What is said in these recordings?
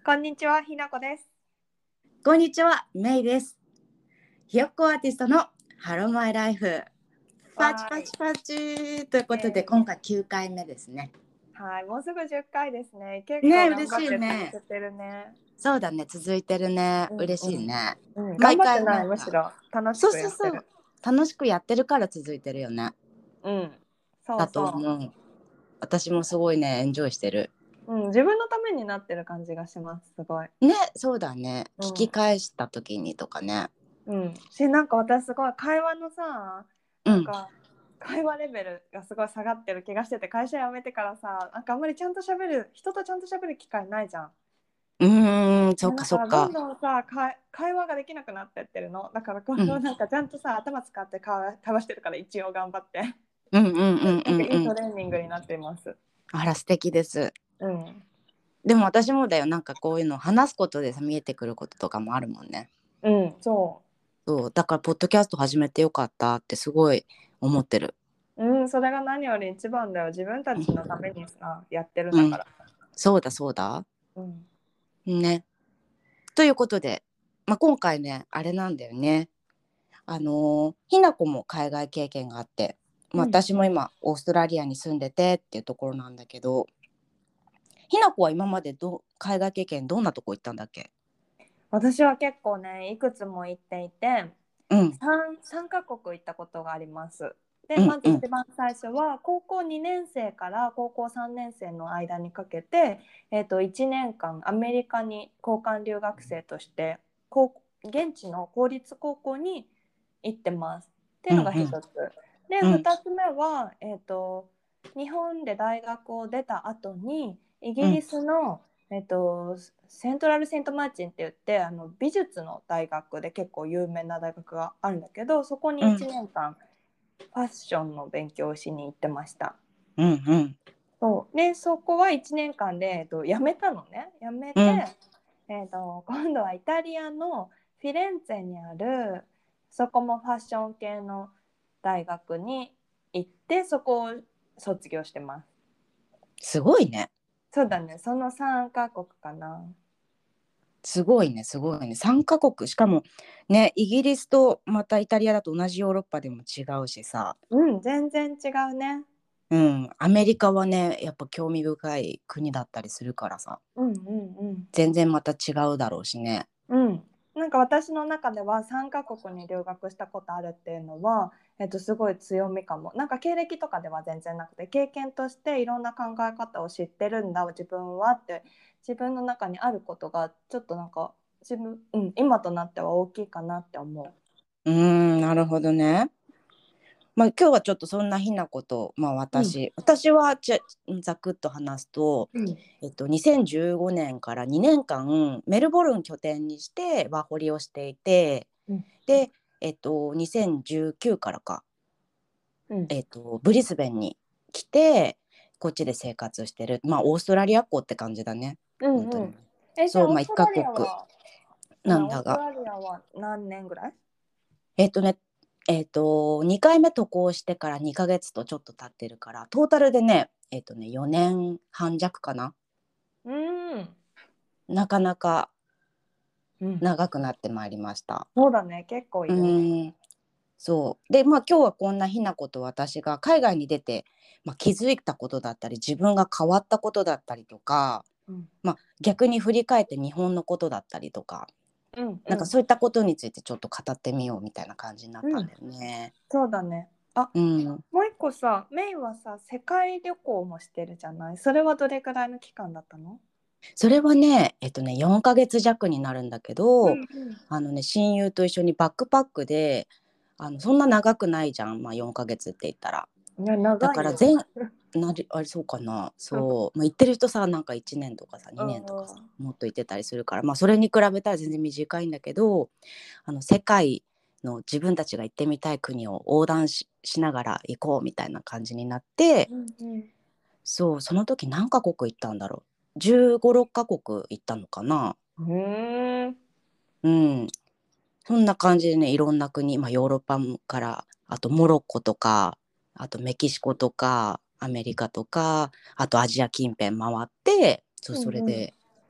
こんにちは、ひなこです。 こんにちは、メイです。ひよっこアーティストのハローマイライフ。パチわーい。 パチパチということで、今回9回目ですね。 はい、もうすぐ10回ですね。結構ね、 頑張っ嬉しいて続ね。 けてるね。 そうだね、続いてるね。 うん嬉しいね。 うん。頑毎張ってない、 回なんか、 むしろ楽しそうくそうそう、 やってる。 楽しくやってるから続いてるよね。 うん。そうだとそ思う。私もすごいね、エンジョイしてる。 う。自分のためになってる感じがします、すごい。 ね、そうだね。 うん。 聞き返した時にとかね。 なんか私すごい会話のさ、 うん。 会話レベルがすごい下がってる気がしてて、会社辞めてからさ、なんかあんまりちゃんと喋る、人とちゃんと喋る機会ないじゃん。 そっかだからどんそっか。 どんさ会話ができなくなってってるの。だからこれをうん。 なんかちゃんとさ頭使って会話してるから、一応頑張ってうんうんうんなんかいいトうんうん。 レーニングになっています。 あら、素敵です。 うん。 でも私もだよ、なんかこういうの話すことでさ見えてくることとかもあるもんね。 うん、そそうだからポッドキャスト始めてよかったってすごい思ってる。 う。それが何より一番だよ。自分たちのためにさやってるんうん、 だから。 そうだそうだうん。 ね。ということで、今回ねあれなんだよね。ひなこも海外経験があって、私も今オーストラリアに住んでてっていうところなんだけど、ひなこは今まで海外経験どんなとこ行ったんだっけ？ 私は結構ねいくつも行っていて、 うん 3カ国行ったことがあります。でうんうんまず一番最初は高校2年生から高校3年生の間にかけて、1年間アメリカに交換留学生として現地の公立高校に行ってますっていうのが一つ。でうん 2つ目は、日本で大学を出た後にイギリスの、セントラルセントマーチンって言って美術の大学で結構有名な大学があるんだけど、そこに1年間ファッションの勉強をしに行ってました。 うんうんそうでそこは1年間で、辞めたのね。辞めて、 うん今度はイタリアのフィレンツェにある、そこもファッション系の大学に行って、そこを卒業してます。 すごいね。 そうだね、その3カ国かな。 すごいねすごいね、3カ国、しかもねイギリスとまたイタリアだと同じヨーロッパでも違うしさ。 全然違うね。 アメリカはねやっぱ興味深い国だったりするからさ、 うんうんうん全然また違うだろうしね。 なんか私の中では3カ国に留学したことあるっていうのは、すごい強みかも。なんか経歴とかでは全然なくて、経験としていろんな考え方を知ってるんだ自分はって、自分の中にあることがちょっとなんか今となっては大きいかなって思なるほどね。今日はちょっとそんなひなこと、 う。 私はざくっと話すと、2015年から2年間メルボルン拠点にしてワーホリをしていて、 うんで、2019からか、 うんブリスベンに来てこっちで生活してる、オーストラリアっ子って感じだね。本当に。 じゃあそう、1カオーストラリア国はオーストなんだが、 ラリアは何年ぐらい？ えっとね2回目渡航してから2ヶ月とちょっと経ってるから、トータルでね4年半弱かな。 うん、 なかなかうん、 長くなってまいりました。 そうだね、結構いるね。 そうで、今日はこんなひなこと私が海外に出て、気づいたことだったり自分が変わったことだったりとか、逆に振り返って日本のことだったりとか、なんかそういったことについてちょっと語ってみようみたいな感じになったんだよね。 そうだね。もう一個さ、メイはさ、世界旅行もしてるじゃない。それはどれくらいの期間だったの？ それはね4ヶ月弱になるんだけど、 うん親友と一緒にバックパックで、そんな長くないじゃん、4ヶ月って言ったら。 いや、 だ長いよ。 からあれそうかな、そう、言ってる人さなんか1年とかさう 2年とかさんもっと言ってたりするから、それに比べたら全然短いんだけど、世界の自分たちが行ってみたい国を横断しながら行こうみたいな感じになって、 うんそうその時何カ国行ったんだろう、15、16カ国行ったのかな。 うん。 うん、そんな感じでね、いろんな国、ヨーロッパから、あとモロッコとか、あとメキシコとかアメリカとか、あとアジア近辺回って、それで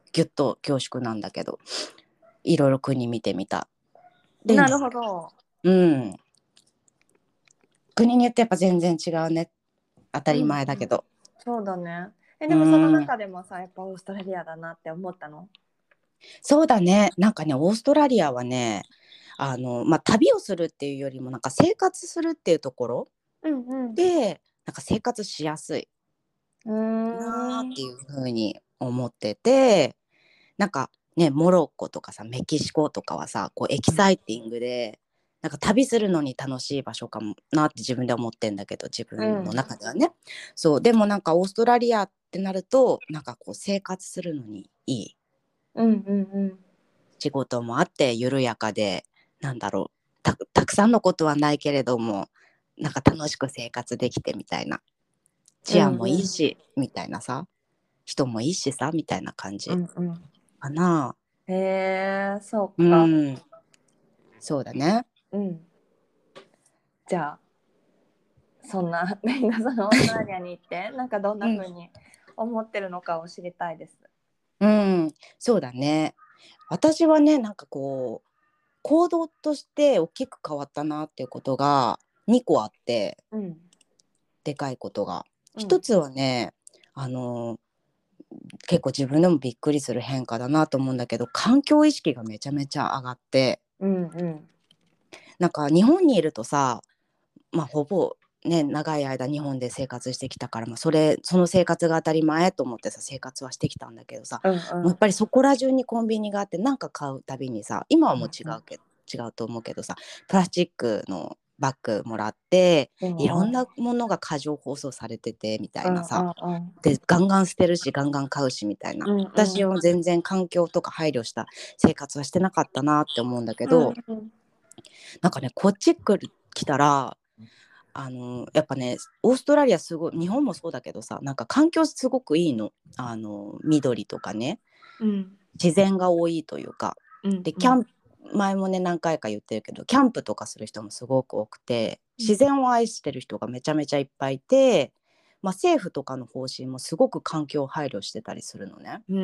ギュッと凝縮なんだけど、いろいろ国見てみた。で、 なるほど。 うん、国によってやっぱ全然違うね。当たり前だけど。 そうだね。 うでもそのん、 中でもさ、やっぱオーストラリアだなって思ったの？ そうだね。なんかね、オーストラリアはね、旅をするっていうよりもなんか生活するっていうところうんうん。 で、なんか生活しやすいうーん。 なーっていう風に思ってて、なんかね、モロッコとかさ、メキシコとかはさ、こうエキサイティングで、なんか旅するのに楽しい場所かもなって自分で思ってんだけど、自分の中ではね。そう、でもなんかオーストラリアってなると、なんかこう生活するのにいい。 うんうんうん。 仕事もあって緩やかで、なんだろう、たくさんのことはないけれども、なんか楽しく生活できてみたいな。治安もいいし、みたいなさ、人もいいしさ、みたいな感じうんうん。 かな。 へえ、そううか。 ん、そうだね。 うん。じゃあ、そんな、みんなそのオーストラリアに行って、なんかどんうん、 な風に思ってるのかを知りたいです。 うん、そうだね。私はね、なんかこう、行動として大きく変わったなっていうことが2個あって、 うん。 でかいことが。 うん。 一つはね、あの結構自分でもびっくりする変化だなと思うんだけど、環境意識がめちゃめちゃ上がって、 うんうん。 なんか日本にいるとさ、ほぼね長い間日本で生活してきたから、その生活が当たり前と思ってさ生活はしてきたんだけどさ、 うんもうやっうん。 ぱりそこら中にコンビニがあって、なんか買うたびにさ、今はもううん違うと思うけどさ、プラスチックのバッグもらって、 うん。 いろんなものが過剰包装されててみたうんいなさ、 うん。 でガンガン捨てるしガンガン買うしみたいな。 うんうん。 私は全然環境とか配慮した生活はしてなかったなって思うんだけうんど、 うん。 なんかねこっち来たら、やっぱねオーストラリアすごい、日本もそうだけどさ、なんか環境すごくいいの。緑とかね、 うん自然が多いというか。 うんで前もね何回か言ってるけど、キャンプとかする人もすごく多くて、自然を愛してる人がめちゃめちゃいっぱいいて、政府とかの方針もすごく環境配慮してたりするのね。 うん。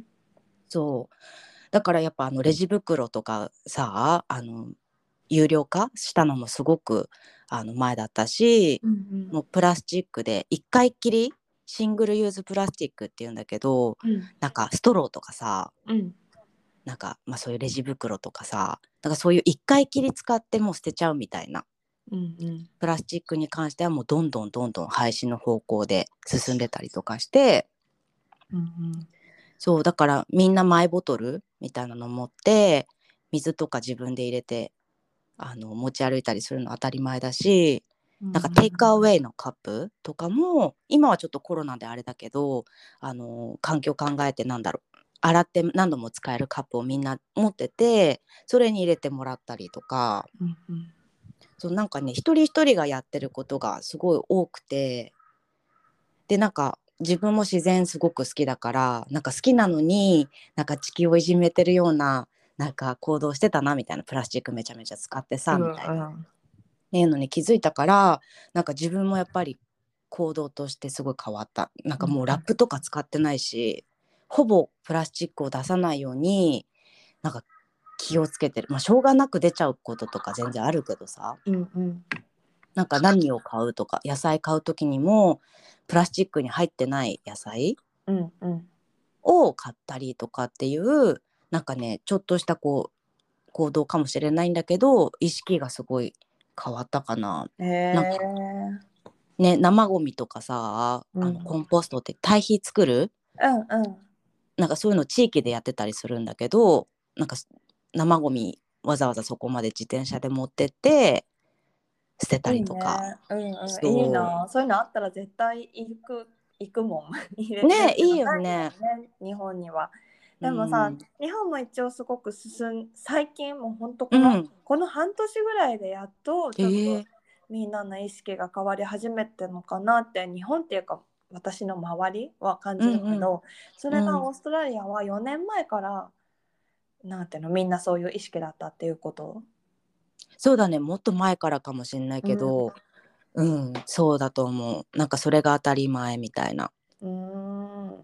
そうだからやっぱレジ袋とかさ、有料化したのもすごく前だったし、 うんもうプラスチックで一回きり、シングルユーズプラスチックっていうんだけど、 うんなんかストローとかさ、 うんなんかそういうレジ袋とかさ、なんかそういう一回きり使ってもう捨てちゃうみたいな、 うんプラスチックに関してはもうどんどんどんどん廃止の方向で進んでたりとかして、 うんそうだからみんなマイボトルみたいなの持って水とか自分で入れて持ち歩いたりするの当たり前だし、なんかテイクアウェイのカップとかも今はちょっとコロナであれだけど、環境考えて、なんだろう、洗って何度も使えるカップをみんな持ってて、それに入れてもらったりとか、 うんうんそうなんかね一人一人がやってることがすごい多くて、でなんか自分も自然すごく好きだから、なんか好きなのになんか地球をいじめてるようななんか行動してたなみたいな、プラスチックめちゃめちゃ使ってうさみたいな、 んっていうのに気づいたから、なんか自分もやっぱり行動としてすごい変わった。なんかもうラップとか使ってないし、ほぼプラスチックを出さないようになんか気をつけてる。しょうがなく出ちゃうこととか全然あるけどさ、 うんうんなんか何を買うとか野菜買う時にもプラスチックに入ってない野菜うんうんを買ったりとかっていう、なんかねちょっとしたこう行動かもしれないんだけど、意識がすごい変わったかな。 へなんかえ。 ね、生ゴミとかさ、 うんコンポストって堆肥作る、 うんうん。 なんかそういうの地域でやってたりするんだけど、なんか生ゴミわざわざそこまで自転車で持ってって捨てたいいりとか。 ね。うんうん。いいそな。そういうのあったら絶対行くもん。入れうてるけど、 ね、いいよないもね。 んね、日本には。 うでもさ、 ん日本も一応すごく最近もうほんとうん。 この半年ぐらいでやっとちょっとえー、 みんなの意識が変わり始めてるのかなって、日本っていうか私の周りは感じるうんうんけど、それがうん。 オーストラリアは4年前からなんていうの、みんなそういう意識だったっていうこと？ そうだね、もっと前からかもしれないけうんど、うん、そうだと思う。なんかそれが当たり前みたいな。 うーん。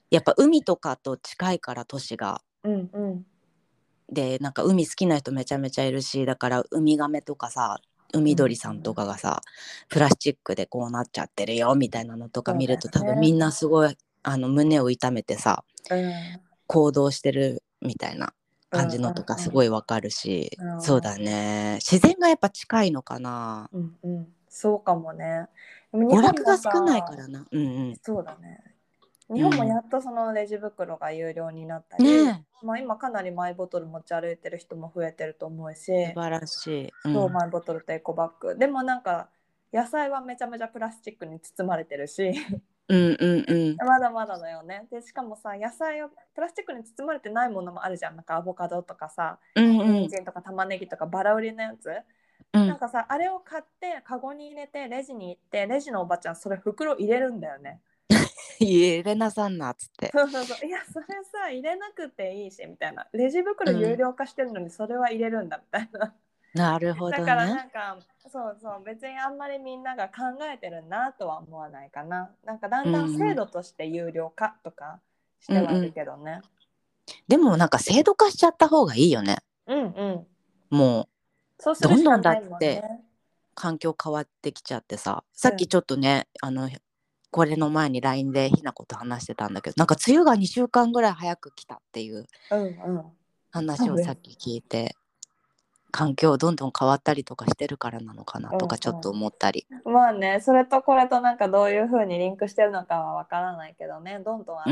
やっぱ海とかと近いから都市が、 うんうん。 でなんか海好きな人めちゃめちゃいるし、だからウミガメとかさ、海鳥さんとかがさ、プラスチックでこうなっちゃってるよみたいなのとかそうだよ見ると、多分みね。 んなすごい胸を痛めてさうん行動してるみたいなうん感じのとかすうんごいわかるし、そううんだね、自然がやっぱ近いのかな。 うんうん。そうかもね。でも日娯本も楽が少ないかさ、 らな。うんそうだね。日本もやうん。 っとそのレジ袋が有料になったねり、 え、 まあ、今かなりマイボトル持ち歩いてる人も増えてると思うし、 素晴らしい。うそうんマイボトルとエコバッグでもなんか野菜はめちゃめちゃプラスチックに包まれてるしうんうんうん。 まだまだだよね。でしかもさ、野菜をプラスチックに包まれてないものもあるじゃん。なんかアボカドとかさ、 うんうん人参とか玉ねぎとかバラ売りのやつ、 うん。 なんかさ、あれを買ってカゴに入れてレジに行って、レジのおばちゃんそれ袋入れるんだよね。 入れなさんなっつって。 そうそうそう、いやそれさ入れなくていいしみたいな、レジ袋有うん。 料化してるのにそれは入れるんだみたいな。 なるほだからどね。 なんかそうそう別にあんまりみんなが考えてるなとは思わないかな。なんかだんだんうんうん制度として有料化とかしてはいるうんうん。 けどね。 でもなんか制度化しちゃった方がいいよね。 うんうん。 もそうするしかうどんどんだないもんね。 って環境変わってきちゃってさ、 うん。 さっきちょっとねこれの前に LINE でひなこと話してたんだけど、なんか梅雨が2週間ぐらい早く来たっていううんうん。 話そうです。 をさっき聞いて、環境どんどん変わったりとかしてるからなのかなうんとかちょっと思ったり。 うん。まあね、それとこれとなんかどういう風にリンクしてるのかはわからないけどね、どんどんうん。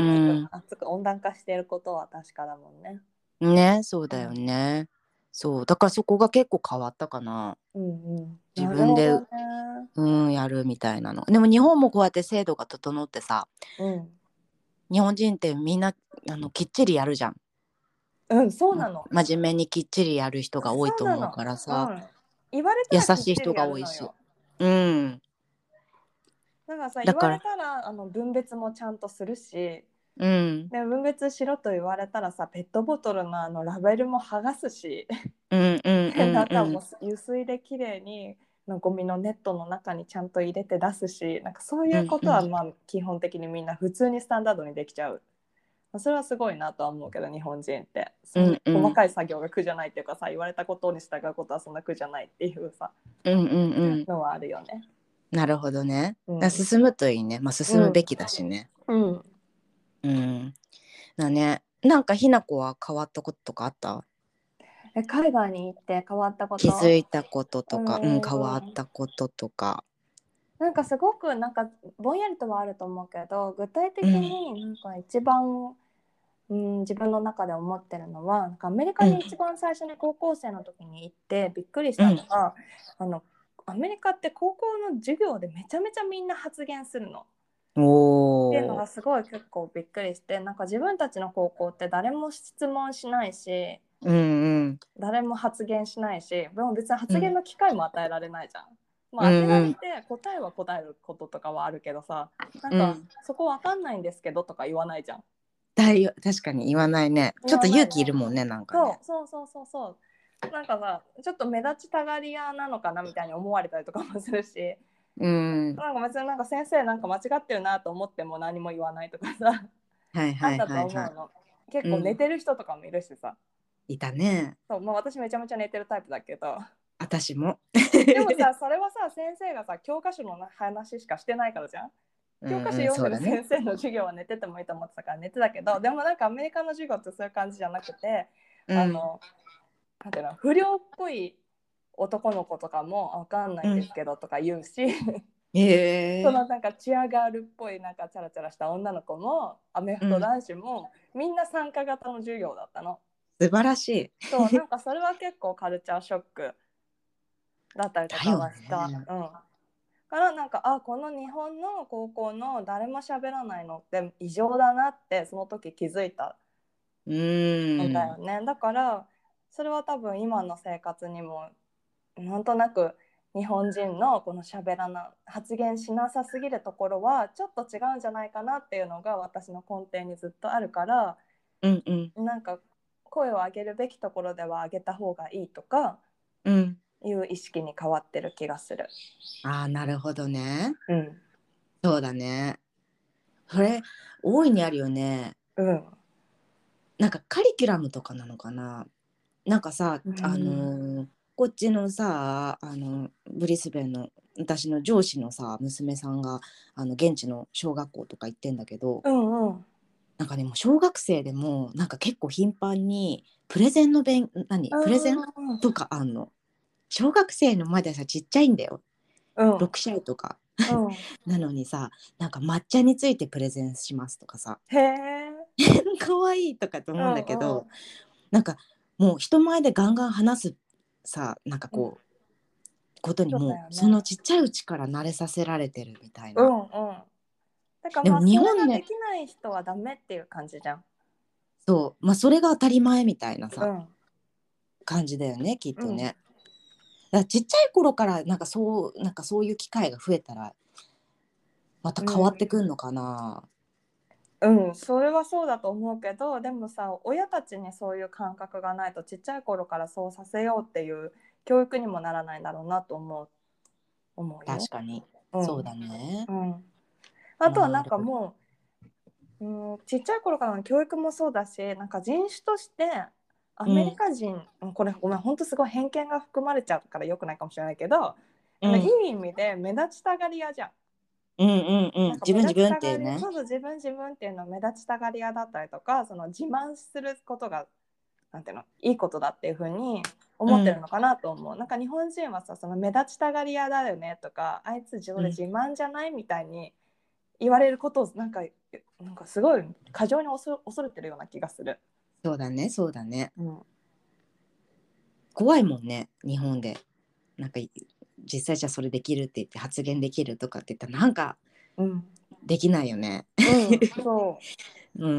熱く温暖化していることは確かだもんね。 ね、そうだようん。 ね。そうだからそこが結構変わったかな。 うんうん。 自なる分でほどね。 やるみたいなの。でも日本もこうやって制度が整ってさ、 うん。 日本人ってみんなきっちりやるじゃん。 うん、そうなの。 真面目にきっちりやる人が多いと思うそうなの。 からさ、 うん。言われた優らきっちりしい人が多いし。 やるのよ。 うん。 だからさ、言われだから、 たら分別もちゃんとするし、 うん。 で分別しろと言われたらさ、ペットボトルのラベルも剥がすし、 うんうんうでんうん。 中も油水できれいにゴミのネットの中にちゃんと入れて出すし、なんかそういうことはうんうんまあ基本的にみんな普通にスタンダードにできちゃう。それはすごいなとは思うけど、日本人ってうそんなんうん細かい作業が苦じゃないっていうかさ、言われたことに従うことはそんな苦じゃないっていうさうんうんうん。 のはあるよね。 なるほどね。 うん。 進むといいね。まあ進うんむべきだしね。 うん。 うん。だね。なんかひなこは変わったこととかあった？ 海外に行って変わったこ気づと、 いたことうとか、変わっん、 たこととか。 なんかすごくなんかぼんやりとはあると思うけど、具体的うん。 になんか一番、自分の中で思ってるのは、なんかアメリカうんに一番最初に高校生の時に行ってびっくりしうん。 たのが、あのアメリカって高校の授業でめちゃめちゃみんな発言するの。っていうのおー。 がすごい結構びっくりして、なんか自分たちの高校って誰も質問しないし、 うんうん誰も発言しないし、でも別に発言うんの機会も与えられないじゃん。まあ、当てられうんうんて答えは答えることとかはあるけどさ、なんかうん。 そこわかんないんですけどとか言わないじゃん。 確かに言わないね。ちょっと勇言わないね。 気いるもんね、なんかね。 そう。なんかさ、ちょっと目立ちたがり屋なのかなみたいに思われたりとかもするし、 うんなんか別になんか先生なんか間違ってるなと思っても何も言わないとかさ、 はいはいあったとはいはい。 思うの。結構寝うん。 てる人とかもいるしさ。 いたね。 そう、まあ、私めちゃめちゃ寝てるタイプだけど、 私も。 でもさ、それはさ、先生がさ、教科書の話しかしてないからじゃん。教科書うんうん、 読んでるそうだね。 先生の授業は寝ててもいいと思ってたから寝てたけど、でもなんかアメリカの授業ってそういう感じじゃなくて、 うん。 あの、なんていうの、不良っぽい男の子とかもわかんないんでうん。 すけどとか言うし、 へえ。 そのなんかチアガールっぽいなんかチャラチャラした女の子もアメフトうん。 男子もみんな参加型の授業だったの。 素晴らしい。 そう、なんかそれは結構カルチャーショックだったりとかだよはした。 ね。 うん。からなんかこの日本の高校の誰も喋らないのって異常だなってその時気づいたうんだーん。 よね。だからそれは多分今の生活にもなんとなく日本人のこの喋らな発言しなさすぎるところはちょっと違うんじゃないかなっていうのが私の根底にずっとあるから、 うんうん。 なんか声を上げるべきところでは上げた方がいいとかうん。 いう意識に変わってる気がする。 ああ、なるほどね。 うんそうだね。それ、 大いにあるよね。 うん。 なんかカリキュラムとかなのかな。なんかさ、 うん。 こっちのさ、ブリスベンの私の上司のさ娘さんが現地の小学校とか行ってんだけど、 うんうん。 なんかねもう小学生でもなんか結構頻繁にプレゼンのプレゼンうんとかあんの。小学生のまださちっちゃいんだよ。 うん 6歳とかうん。 なのにさ、なんか抹茶についてプレゼンしますとかさ、 へえ。 可愛いとかとう思うんだけど、 んうん。 なんかもう人前でガンガン話すさ、なんかうん。 こうことにそうだもよね。 そのちっちゃいうちから慣れさせられてるみたいな。 うんうん。だからでもまあそれ日本でができない人はダメっていう感じじゃん。 そう、まあそれが当たり前みたいなさうん感じだよね、きっうんとね。だからちっちゃい頃からなんかそういう機会が増えたらまた変わってうんくんのかな。 うん、それはそうだと思うけど、でもさ、親たちにそういう感覚がないとちっちゃい頃からそうさせようっていう教育にもならないんだろうなと思うよ。 確かにそううんだね。 うん。あとはなんなるほど。 かもちっちゃい頃からの教育もそうだし、なんか人種としてアメリうんカ人、これごめん、本当すごい偏見が含まれちゃうからよくないかもしれないけど、いうんい意味で目立ちたがり屋じゃん。 うんうんうん、 なんか目立ち自分自分ったがり屋、 ていうね。 そうそう、自分っていうのを目立ちたがり屋だったりとか、その自慢することがなんていうの、いいことだっていう風に思ってるうんのかなと思う。なんか日本人はさ、その目立ちたがり屋だよねとか、あいつ自分でうん、 自慢じゃないみたいに言われることをなんかすごい過剰に恐れてるような気がする。 そうだねそうだね。 うん、 怖いもんね日本で。なんか実際じゃあそれできるって言って発言できるとかって言ったらなんかうん、 できないよね。 うん、そうん。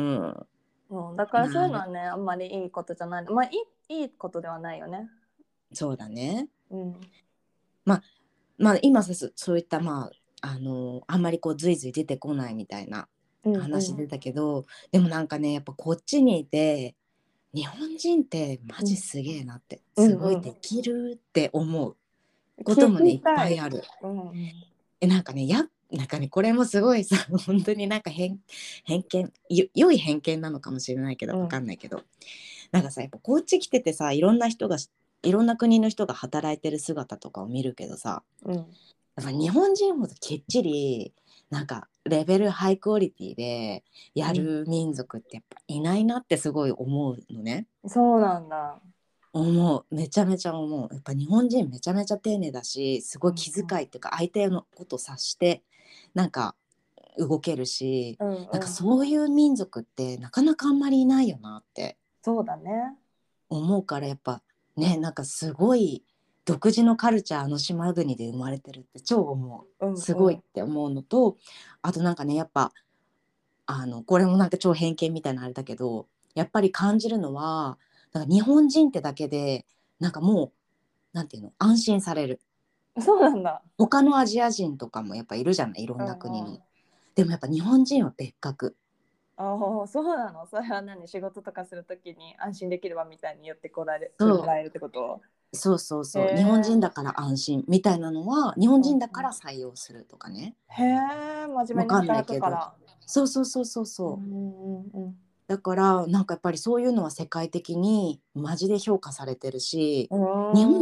う、うん、だからそういうのなるはね、あんまりいいことじゃない。まあいいことではないよね。 そうだね。 うん、 まあまあ今そういったあんまりこうずいずい出てこないみたいなうん、うん、 話出たけど、でもなんかねやっぱこっちにいて日本人ってマうん、 ジすげえなって、 うん、 すごいでうん。 きるって思うこと聞もねいっきたい。 ぱいある。 うん、うん、 なんかねなんかねこれもすごいさ本当になんか偏見良い偏見なのかもしれないけどわかうん、 んないけど、なんかさやっぱこっち来ててさいろんな国の人が働いてる姿とかを見るけどさ、 うん。 やっぱ日本人ほどきっちりなんかレベルハイクオリティでやる民族ってやっぱいないなってすごい思うのね。 そうなんだ。 めちゃめちゃ思う。やっぱ日本人めちゃめちゃ丁寧だし、すごい気うんうん遣いっていうか相手のことを察してなんか動けるし、 うんなんかうん、 そういう民族ってなかなかあんまりいないよなってそうだね。 思うから、やっぱねなんかすごい独自のカルチャーの島国で生まれてるって超思う。 うんすごいっうんて思うのと、あとなんかねやっぱこれもなんか超偏見みたいなあれだけど、やっぱり感じるのはなんか日本人ってだけでなんかもうなんていうの安心される。 そうなんだ。 他のアジア人とかもやっぱいるじゃない、いろんな国に。 うんうん。 でもやっぱ日本人は別格。 ああ、そうなの。それは何、仕事とかするときに安心できるわみたいに言ってくそうられるってこと？ そうそうへそう、日本人え。 だから安心みたいなのは日本うん人だからうん。 採用するとかね。 へえ、真面目にわかんない働くけど、 から。 そうそうそうそうそう。 うんうんうんだからなんかやっぱりそういうのは世界的にマジで評価されてるし、 うん。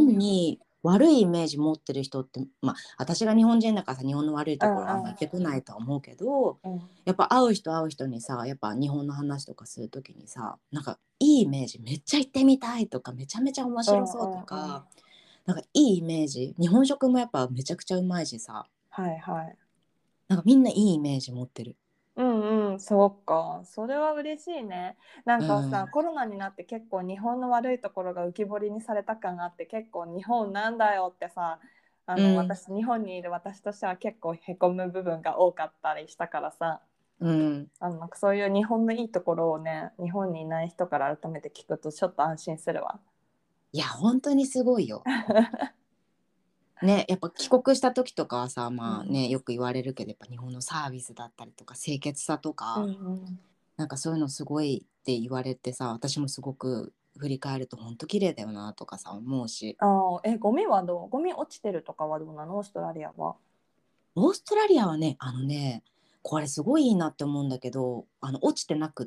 日本うーん。 に悪いイメージ持ってる人って、まあ私が日本人だからさ日本の悪いところあんま言ってこないとは思うけど、 うんうん。 やっぱ会う人にさやっぱ日本の話とかする時にさなんかいいイメージめっちゃ行ってみたいとかめちゃめちゃ面うんう白そうとんうん。 か、なんかいいイメージ、日本食もやっぱめちゃくちゃうまいしさ、 はいはい。 なんかみんないいイメージ持ってる。 うんうん、そうか。それは嬉しいね。なんうかさ、 んコロナになって結構日本の悪いところが浮き彫りにされた感があって、結構日本なんだよってさ、 うん日本にいる私としては結構へこむ部分が多かったりしたからさ、 うん。 そういう日本のいいところをね、日本にいない人から改めて聞くとちょっと安心するわ。 いや本当にすごいよ。ね、やっぱ帰国した時とかはさまあうんねよく言われるけどやっぱ日本のサービスだったりとか清潔さとうんかうん。 なんかそういうのすごいって言われてさ、私もすごく振り返ると本当綺麗だよなとかさ思うし。 ゴミはゴミ落ちてるとかはどうなの、オーストラリアは？ オーストラリアはねこれすごいいいなって思うんだけど、落ちてなくって、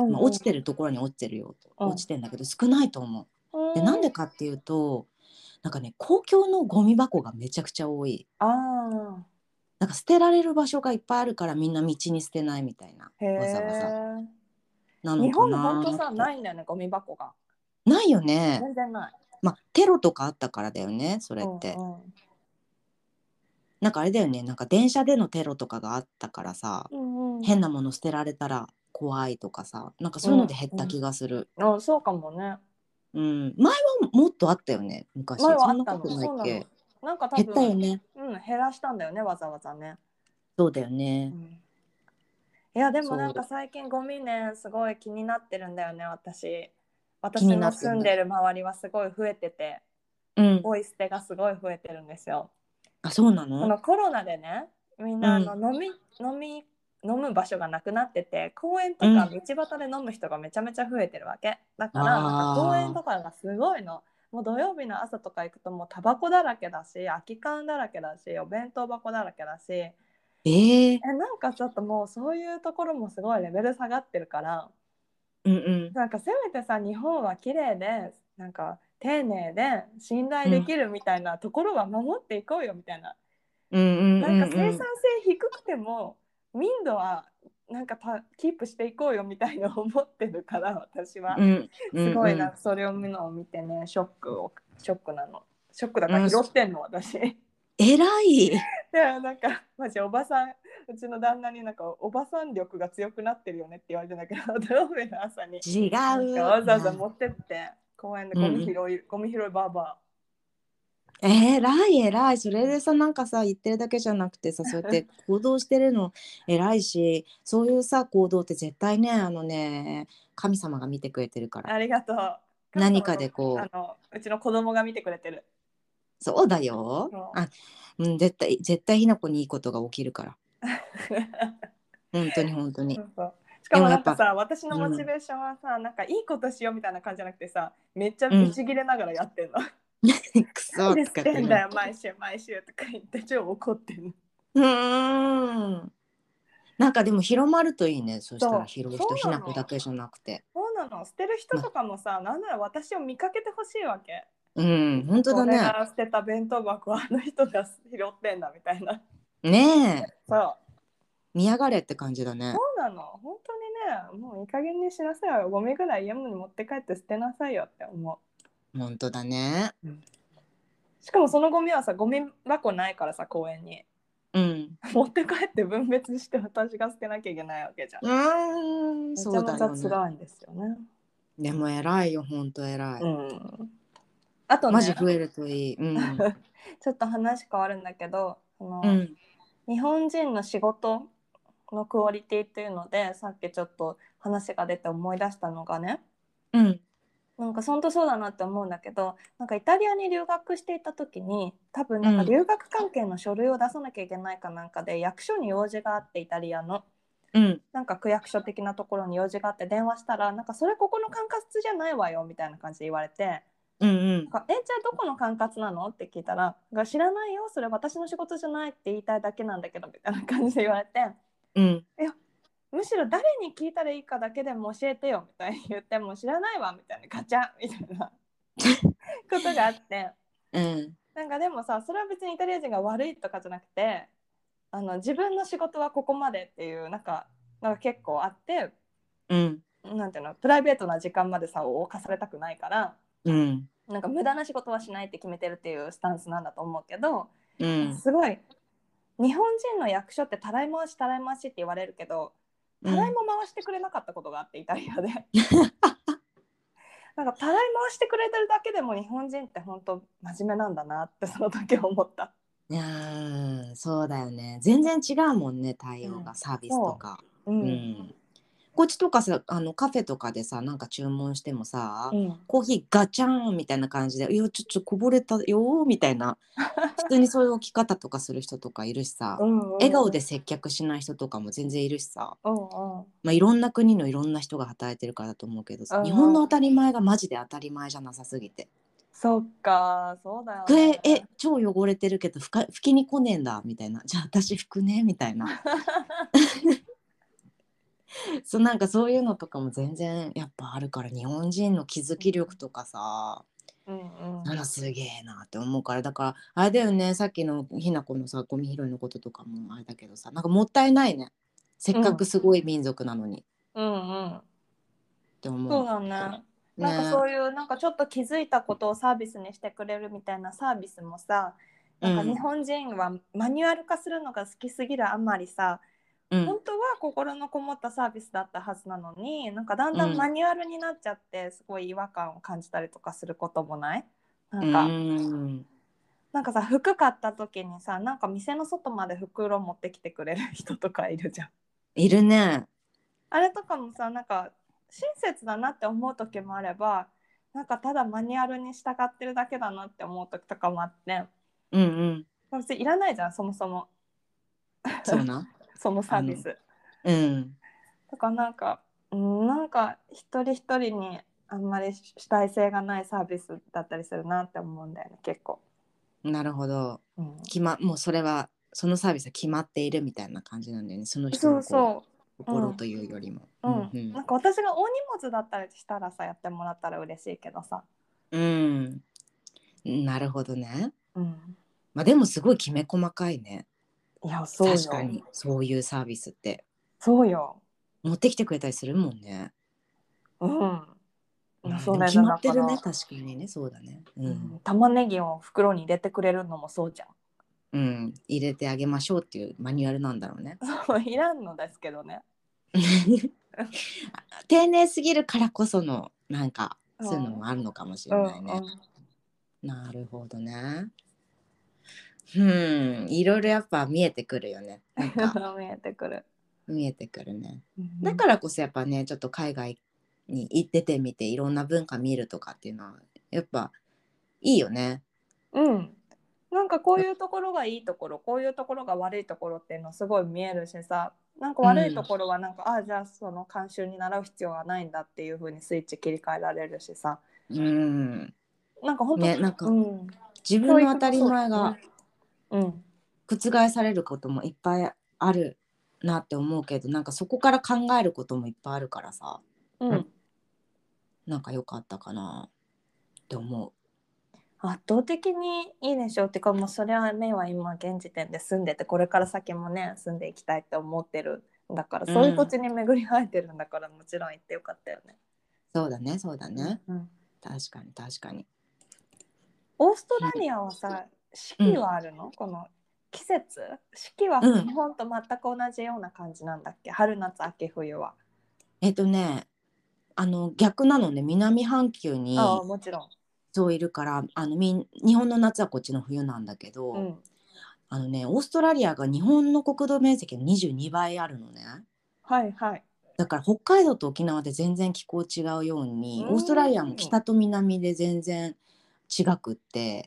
うんうん落ちてるところに落ちてるよと、落ちてんだけど少ないと思う。で、なんでかっていうと、なんかね、公共のゴミ箱がめちゃくちゃ多い。 ああなんか捨てられる場所がいっぱいあるからみんな道に捨てないみたいな、 ー、へわざわざえ。 なのか日本ほんとさ、 なって。 ないんだよね、ゴミ箱が。 ないよね。 全然ない。 テロとかあったからだよね、それうって。 んうん。 なんかあれだよね、なんか電車でのテロとかがあったからさ、 うんうん。 変なもの捨てられたら怖いとかさ、なんかそういうのうんで減った気がする。 うん。あ、そうかもね。 うん、前はもっとあったよね、 前昔。そんなことはあったの。そうなの。 ないっけ？ なんか多減ったよ分、 ね。 減らしたんだよね、わざわざね。 そうだよね。 うん。いや、でもなんかそう、 最近ゴミね、すごい気になってるんだよね、私。 気にな私のってんだ。 住んでる周りはすごい増えてて、 うん。 ポイ捨てがすごい増えてるんですよ。 あ、そうなの？ このコロナでね、みんなうん。 飲む場所がなくなってて、公園とかうん。 道端で飲む人がめちゃめちゃ増えてるわけだから、なんか公園ああ。 とかがすごいの。もう土曜日の朝とか行くともうタバコだらけだし、空き缶だらけだし、お弁当箱だらけだし、 ええ。 なんかちょっともうそういうところもすごいレベル下がってるから、 うんうん。 なんかせめてさ、日本は綺麗でなんか丁寧で信頼でうんきるみたいなところは守っていこうよみたいな。 うんうんなんかうんうん。 生産性低くても民度はなんかキープしていこうよみたいな思ってるから、私はうんうすごいな、 んうん。 それを見るのを見てね、ショックなの。ショックだからうん、 拾ってんの私。 偉い。 でなんかマジおばさん、うちの旦那になんかおばさん力が強くなってるよねって言われてんだけど、土曜日の朝に違なんかわう。いや、 ざわざ持ってって公園でうんうん。 ゴミ拾いバーバ偉い偉い。それでさ、なんかさ、言ってるだけじゃなくてさ、そうやって行動してるの偉いし、そういうさ、行動って絶対ね、神様が見てくれてるかー。 ら。 ありがとう。神何か様とでこうちの子供が見てくれてる。 う、そうだよ。 そう。 うん、絶対ひな子にいいことが起きるから。本当に本当に。 そうそう。しかでもやっぱ、 もなんかさ、私のモうん。 チベーションはさ、なんかいいことしようみたいな感じじゃなくてさ、めっちゃうん。 ブチギレながらやってんの。 クなんでソとかってね。 捨てんだよ、毎週毎週とか言って超怒ってんの。 うーん。なんかでも広まるといいね。そしたら拾うそ人、ひうなの。 な子だけじゃなくて。 そうなの。捨てる人とかもさ、なんなら私を見かけてほしいわけ。 うん、本当だね。 俺が捨てた弁当箱はあの人が拾ってんだみたいな。 ねえ。 そう。 見やがれって感じだね。 そうなの。本当にね、もういい加減にしなさいよ。ゴミぐらい家に持って帰って捨てなさいよって思本当だね。 う。しかもそのゴミはさ、ゴミ箱ないからさ、公園に。 うん。 持って帰って分別して私が捨てなきゃいけないわけじゃん。めちゃそうめちゃだよね。 辛いんですよね。 でも偉いよ、本当偉うい。 ん。あとね、 マジ増えるといい。うん。 ちょっと話変わるんだけど、 うん。 日本人の仕事のクオリティっていうので、さっきちょっと話が出て思い出したのがね、 うん。 なんか本当そうだなって思うんだけど、なんかイタリアに留学していた時に多分なんかうん。 留学関係の書類を出さなきゃいけないかなんかで役所に用事があって、イタリアのうん。 なんか区役所的なところに用事があって電話したら、なんかそれここの管轄じゃないわよみたいな感じで言われて、 うん。 じゃあどこの管轄なのって聞いたら、知らないよ、それ私の仕事じゃないって言いたいだけなんだけどみたいな感じで言われて、 うん。 いやむしろ誰に聞いたらいいかだけでも教えてよみたいに言って、も知らないわみたいな、ガチャみたいなことがあって、 うん。 なんかでもさ、それは別にイタリア人が悪いとかじゃなくて、自分の仕事はここまでっていうなんか結構あって、 うん。 なんていうの、プライベートな時間までさを侵されたくないから、 うん。 なんか無駄な仕事はしないって決めてるっていうスタンスなんだと思うけど、 うん。 すごい日本人の役所ってたらい回したらい回しって言われるけど、たらいも回してくれなかったことがあって、イタリアでなんかたらい回してくれてるだけでも日本人って本当真面目なんだなってその時思った。 いやー、そうだよね。全然違うもんね、対応が、サービスとそか。 う、うん、 うん。こっちとかさ、カフェとかでさ、なんか注文してもさ、 うん、 コーヒーガチャーンみたいな感じで、いや、ちょっとこぼれたよーみたいな、普通にそういう置き方とかする人とかいるしさ、 うんうんうん笑顔で接客しない人とかも全然いるしさ、 うんうんまあ、いろんな国のいろんな人が働いてるからだと思うけどさ、日本うんうん。 の当たり前がマジで当たり前じゃなさすぎて。 そっか、そうだよ机ね。 超汚れてるけど拭きに来ねえんだみたいな、じゃあ私拭くねみたいなそうなんかそういうのとかも全然やっぱあるから、日本人の気づき力とかさ、 うんうん。 あらすげえなって思うから、だからあれだよね、さっきのひなこのさゴミ拾いのこととかもあれだけどさ、なんかもったいないね、せっかくうんすごい民族なのにっうんうん。 て思そうだね。 うなんかね。 そういうなんかちょっと気づいたことをサービスにしてくれるみたいなサービスもさ、なんか日うん本人はマニュアル化するのが好きすぎるあまりさ、 うん本当は心のこもったサービスだったはずなのに、なんかだんだんマうんニュアルになっちゃってすごい違和感を感じたりとかすることもない？なうんかん。 なんかさ、服買った時にさ、なんか店の外まで袋持ってきてくれる人とかいるじゃん。 いるね。 あれとかもさ、なんか親切だなって思う時もあれば、なんかただマニュアルに従ってるだけだなって思う時とかもあって、 うんうん。 別にいらないじゃん、そもそもそうな。 そのサービス。 うん。 だからなんか、なんか一人一人にあんまり主体性がないサービスだったりするなって思うんだよね、結構。 なるほど。 うん、 もうそれはそのサービスは決まっているみたいな感じなんだよね。その人そうのこそう。うん。 心というよりも。 うん。 うんうん。 なんか私が大荷物だったりしたらさ、やってもらったら嬉しいけどさ。 うん。なるほどね。 うん。 まあでもすごいきめ細かいね。 いや、そうよ。 確かにそういうサービスってそうよ。 持ってきてくれたりするもんね。 うん。 うん、 それででも決まってるね、 だから、 確かにね、そうだね。うん。 玉ねぎを袋に入れてくれるのもそうじゃん。 うん、入れてあげましょうっていうマニュアルなんだろうね。 そう、いらんのですけどね。 丁寧すぎるからこそのなんかそういうのうん。 もあるのかもしうれないね。 んうん。 なるほどね。うん、いろいろやっぱ見えてくるよね。なんか見えてくる。 見えてくるね。だうんからこそやっぱね、ちょっと海外に行っててみていろんな文化見るとかっていうのはやっぱいいよね。 うん。なんかこういうところがいいところ、こういうところが悪いところっていうのすごい見えるしさ、なんか悪いとうん、 ころはなんか、じゃあその慣習に習う必要はないんだっていう風にスイッチ切り替えられるしさ、 うん、 なんか本当、 ね、なんかうん、 自分教の当たり育もそう前がだね。うん。 覆されることもいっぱいあるなって思うけど、なんかそこから考えることもいっぱいあるからさ、 うん。 なんか良かったかなって思圧倒的にいいでしょう。ってかもうそれはねは今現時点で住んでて、これから先もね住んでいきたいって思ってるんだから、 う。 そういう土うん、 地に巡り合えてるんだから、もちろん行ってよかったよね。 そうだね、そうだうんね。 うん。 確かに確かに。 オーストラリアはさ、四季うん、 はあるの？この季節、四季はうん。 日本と全く同じような感じなんだっけ？春夏秋冬は。 ね、逆なのね、南半球ああ、 にもちろそういるから、日本の夏はこっちの冬なんだけん。うど、 ん。 オーストラリアが日本の国土面積の22倍あるのね。 はいはい。 だから北海道と沖縄で全然気候違うよううに、オーストラリアもーん。 北と南で全然違くって、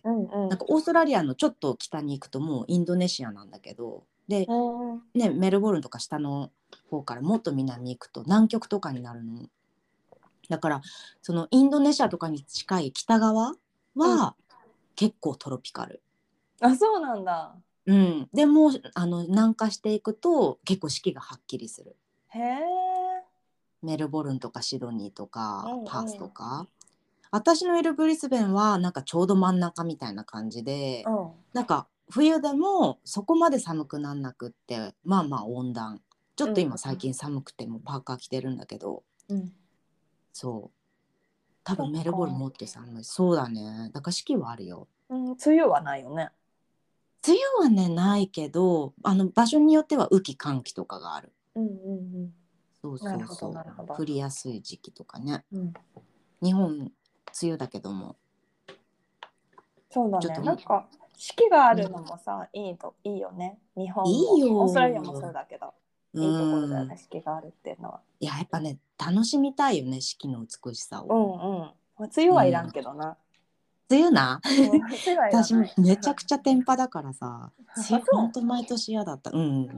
うんうん。 なんかオーストラリアのちょっと北に行くともうインドネシアなんだけど、で、 うん。 ね、メルボルンとか下の方からもっと南行くと南極とかになるの。だからそのインドネシアとかに近い北側うん。 は結構トロピカル。 あ、そうなんだ。 うん、でも南下していくと結構四季がはっきりする。 へえ。 メルボルンとかシドニーとかうんパースうん。 とか、私のいるブリスベンはなんかちょうど真ん中みたいな感じで、 うん。 なんか冬でもそこまで寒くなんなくって、まあまあ温暖、ちょっとうん今最近寒くてもパーカー着てるんだけど、 うん。 そう多そっ分メルボルンか。 もっと寒い。そうだね、だから四季はあるよ。 うん、梅雨はないよね。 梅雨はねないけど、場所によっては雨季寒季とかがある。 うんうんうん。 そうなるほどそうそう、 なるほど。 降りやすい時期とかね。 うん。 日本梅雨だけどもそうだね。 ちょっと、 なんか四季があるのもさ、いいよね。日本いいもオーストラリアもそうよ。 だけど、 ういいところだよね。 ん。 四季があるっていうのは。 いや、やっぱね、楽しみたいよね、四季の美しさを。 うんうん。まあ梅雨はいらんうん。 けどな。 梅雨な。 うん、梅雨はいら私ない。 めちゃくちゃ天パだからさ、梅あ、 雨ほんそと毎年嫌だった。うん。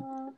う。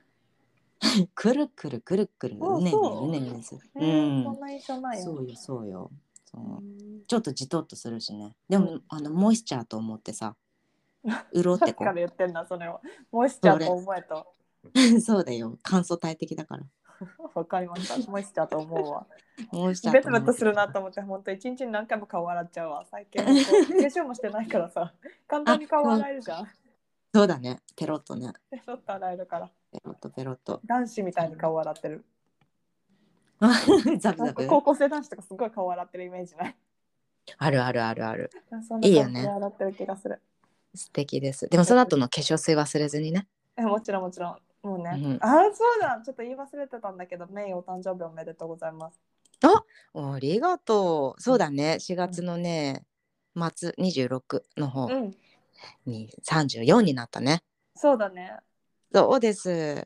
くるくるくるくる、 あ、 うねうねうそねうねする。 う。 うん。 そんな印象ないよ。 そうよ、そうよ。 ちょっとじとっとするしね。でも、モイスチャーと思ってさ、潤ってこう。 さっきから言ってんだそれを。モイスチャーと思えと。 そうだよ、乾燥大敵だから。 わかりました。モイスチャーと思うわ。 モイスチャーベと思って。 トベトするなと思って、本当一日に何回も顔洗っちゃうわ。最近本当化粧もしてないからさ、簡単に顔洗えるじゃん。 そうだね、ペロッとね。 ペロッと洗えるから。 ペロッとペロッと。 男子みたいに顔洗ってる。 ザブザブ。 なんか高校生男子とかすごい顔洗ってるイメージない？ あるあるあるある。 そんない感じでいよね。 洗ってる気がする。 素敵です。でもその後の化粧水忘れずにね。 もちろんもちろん。もうね。 うん、 そうだ。ちょっと言い忘れてたんだけど、メイお誕生日おめでとうございます。 ありがとう。そうだね、4月のね、末26の方に34になったね。 そうだね。 そうです。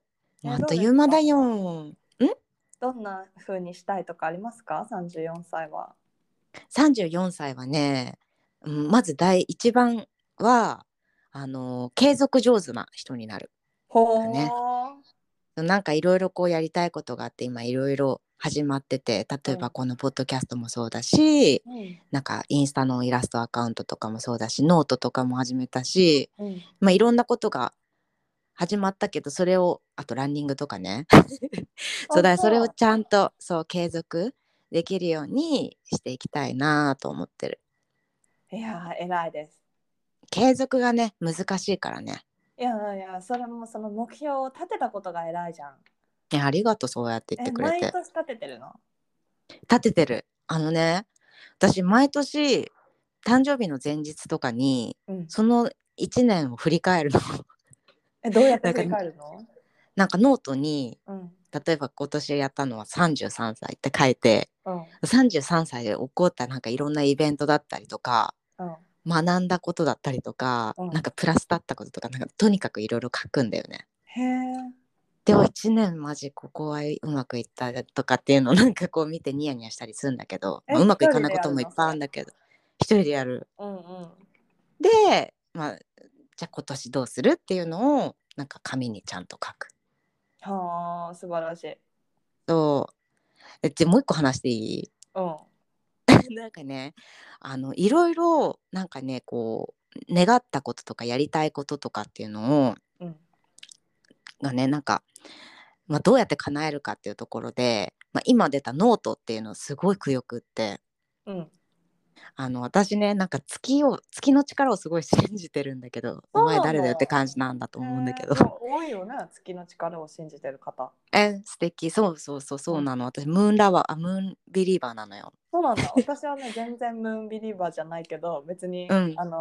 あっどうですか？ という間だよ。 どんな風にしたいとかありますか？34歳は。 34歳はね、まず第一番は継続上手な人になる。だね。 ほー。 なんかいろいろこうやりたいことがあって今いろいろ始まってて、例えばこのポッドキャストもそうだし、なんかインスタのイラストアカウントとかもそうだし、ノートとかも始めたし、いろんなことが始まったけど、それをあとランニングとかねそうだ、それをちゃんとそう継続できるようにしていきたいなと思ってる。 いや偉いです。 継続がね難しいからね。 いやいや、それもその目標を立てたことが偉いじゃん。 ありがとう、そうやって言ってくれて。 毎年立ててるの？ 立ててる。私毎年誕生日の前日とかに、その1年を振り返るの。 どうやって振り返るの？ なんかノートに、例えば今年やったのは33歳って書いて、33歳で起こったなんかいろんなイベントだったりとか、学んだことだったりとか、なんかプラスだったこととか、なんかとにかくいろいろ書くんだよね。 へー。 でも1年マジここはうまくいったとかっていうのをなんかこう見てニヤニヤしたりするんだけど、うまくいかないこともいっぱいあるんだけど、一人でやる。で、じゃあ今年どうするっていうのをなんか紙にちゃんと書く。 はあ、素晴らしい。 じゃあもう一個話していい？なんかね、いろいろなんかねこう願ったこととかやりたいこととかっていうのを、がねなんか、どうやって叶えるかっていうところで、今出たノートっていうのすごいくよくって、私ねなんか月の力をすごい信じてるんだけど、お前誰だよって感じなんだと思うんだけど、 多いよね、月の力を信じてる方。 素敵。そうなの。私ムーンビリーバーなのよ。 そうなんだ。私はね全然ムーンビリーバーじゃないけど、別に、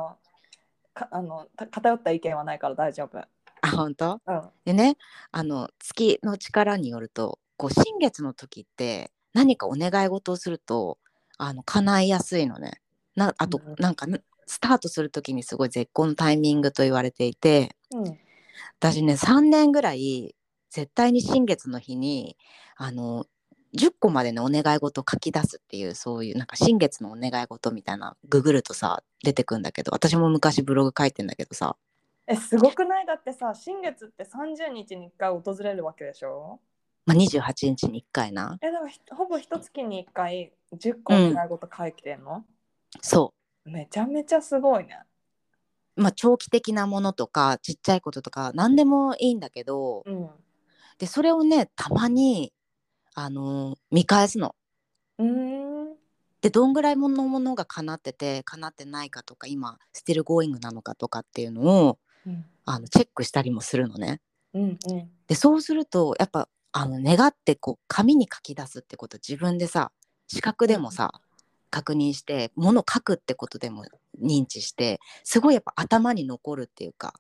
偏った意見はないから大丈夫。 本当？でね、月の力によると、こう新月の時って何かお願い事をすると叶いやすいのね。あと、なんかスタートする時にすごい絶好のタイミングと言われていて、私ね3年ぐらい絶対に新月の日に10個までのお願い事を書き出すっていう、そういうなんか新月のお願い事みたいなググるとさ出てくんだけど、私も昔ブログ書いてんだけどさ、 すごくない？だってさ、新月って30日に1回訪れるわけでしょ。 28日に1回な。 でもほぼ一月に1回10個お願い事書いてんの？ そうめちゃめちゃすごいね。 長期的なものとかちっちゃいこととか何でもいいんだけど、でそれをねたまに見返すの。でどんぐらいのものが叶ってて叶ってないかとか、今スティルゴーイングなのかとかっていうのを、チェックしたりもするのね。でそうするとやっぱ願ってこう紙に書き出すってこと、自分でさ視覚でもさ、確認してもの書くってことでも認知して、すごいやっぱ頭に残るっていうか、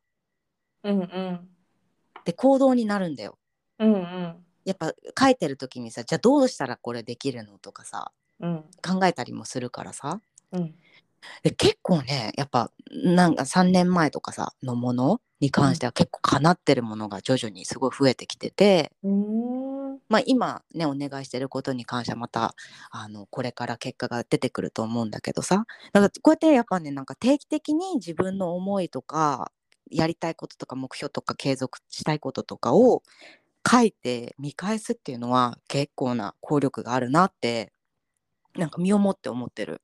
で行動になるんだよ。やっぱ書いてる時にさ、じゃあどうしたらこれできるのとかさ、考えたりもするからさ、で結構ねやっぱなんか3年前とかさのものに関しては結構叶ってるものが徐々にすごい増えてきてて、今ねお願いしてることに関してはまたこれから結果が出てくると思うんだけどさ、だからこうやってやっぱねなんか定期的に自分の思いとかやりたいこととか目標とか継続したいこととかを書いて見返すっていうのは結構な効力があるなってなんか身をもって思ってる。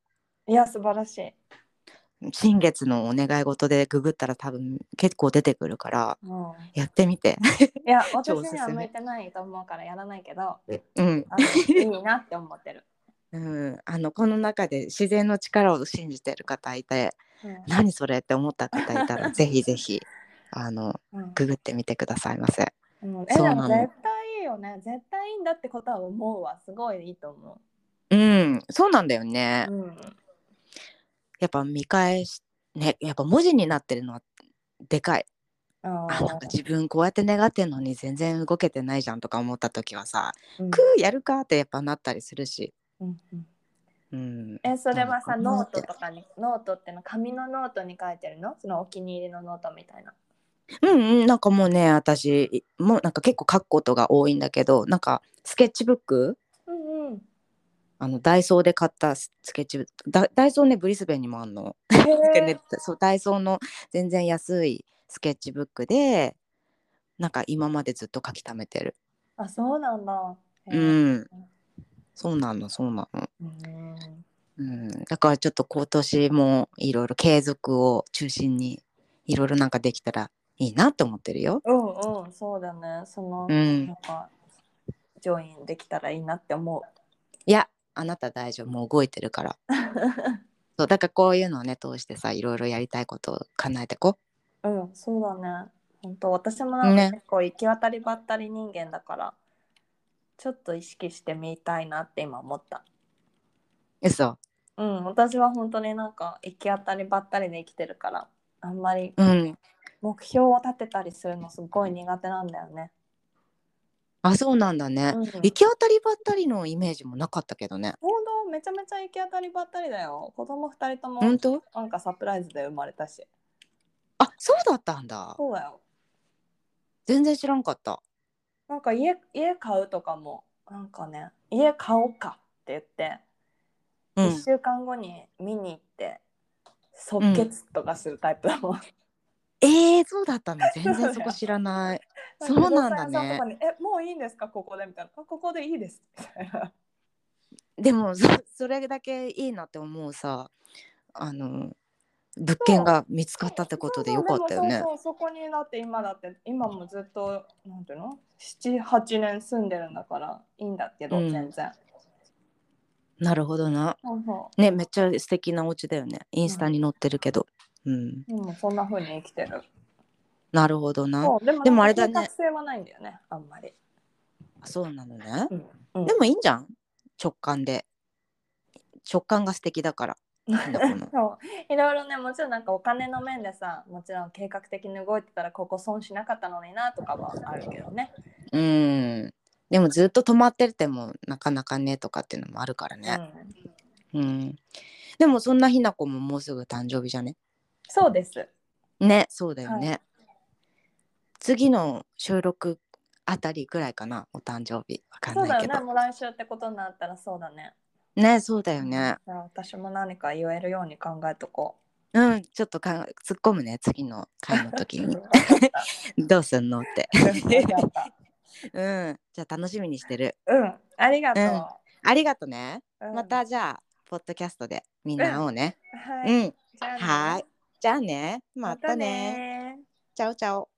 いや素晴らしい。 新月のお願い事でググったら多分結構出てくるからうん、 やってみて。 いや超私にはおすすめ。 向いてないと思うからやらないけど、 うん、 いいなって思ってる。 うん、この中で自然の力を信じてる方いて、 うん、 何それって思った方いたらぜひぜひうん、 ググってみてくださいませ。 うん、でもそうなの。 絶対いいよね。絶対いいんだってことは思うわ。すごいいいと思うん、そうなんだよね。 う。うん。 やっぱ見返しね、やっぱ文字になってるのはでかい。 あなんかあ、 自分こうやって願ってんのに全然動けてないじゃんとか思った時はさ、 うん、 やるかってやっぱなったりするし、 うん、うん。 うん、 それなのかはさ、ノートなって。 とかに、ノートっての紙のノートに書いてるの？そのお気に入りのノートみたいな。 うんうん、なんかもうね、私もなんか結構書くことが多いんだけど、なんかスケッチブック、 うんうん。 ダイソーで買ったスケッチブック、ダイソーね、ブリスベンにもあんの。 へえ。 ね、そうダイソーの全然安いスケッチブックで、なんか今までずっと書き溜めてる。 あ、そうなんだ。へうえ。 ん、そうなの、そうなの。 うん。 うん、だからちょっと今年もいろいろ継続を中心にいろいろなんかできたらいいなって思ってるよ。 うんうん、そうだね。 うん。 なんか、ジョインできたらいいなって思いや、あなた大丈夫。もう動いてるから。そう、だからこういうのをね、通してさ、いろいろやりたいことを叶えてこう。うん、そうだね。本当私もなう。ね。 んか結構行き当たりばったり人間だから、ちょっと意識してみたいなって今思った。 嘘。 うん、私は本当になんか行き当たりばったりで生きてるから、あんまりうん。 目標を立てたりするのすごい苦手なんだよね。 あ、そうなんだね。 うん。 行き当たりばったりのイメージもなかったけどね。 報道めちゃめちゃ行き当たりばったりだよ。子供2人とも本当？ なんかサプライズで生まれたし。 あ、そうだったんだ。 そうだよ。 全然知らんかった。 なんか家買うとかもなんかね、家買おうかって言って1 うん。 週間後に見に行って即うん。 決とかするタイプだもん。 そうだったの。全然そこ知らない。 なんか不動そうなん産屋さんとかだね。 にもういいんですかここでみたいな。ここでいいですみたいな。 でもそれだけいいなって思うさ、あの物件そうが見つかったってことでよそうそう、でもかったよね。 そうそう、そこにだって今だって今もずっとなんていうの78年住んでるんだからいいんだけど、 うん。 全然。 なるほどな。 そうそね、めっちゃ素敵なお家だよね。インう、うん、 スタに載ってるけど。うん。 でもそんな風に生きてる。 なるほどな。 そうでもでなんか計もあれだね。 画性はないんだよね、あんまり。 あ、そうなのね。 うんうん。 でもいいんじゃん。直感で。直感が素敵だから。ひなこの。 そういろいろね、もちろんなんかお金の面でさ、もちろん計画的に動いてたらここ損しなかったのになとかはあるけどね。 うん。でもずっと止まっててもなかなかねとかっていうのもあるからね。 うん、 うん。でもそんなひなこももうすぐ誕生日じゃね。 そうです。 ね、そうだよはい。 ね。次の収録あたりぐらいかな、お誕生日。わかんそうだよね、 ないけど。 もう来週ってことになったらそうだね。 ね、そうだうん、 よね。 じゃあ私も何か言えるように考えとこうん、ちょっと突っ込むね、次の回の時う。 に。 分かった。 どうすんのって。 うん、分かった。 うん、じゃあ楽しみにしてる。 うん、ありがうん、 とありがとね。 う。うん、 またじゃあ、ポッドキャストでみんうん、 な会おうね。 はい。 うん、 じゃあね。 はーい。じゃあね、ままたたね。 ね。 チャオチャオ。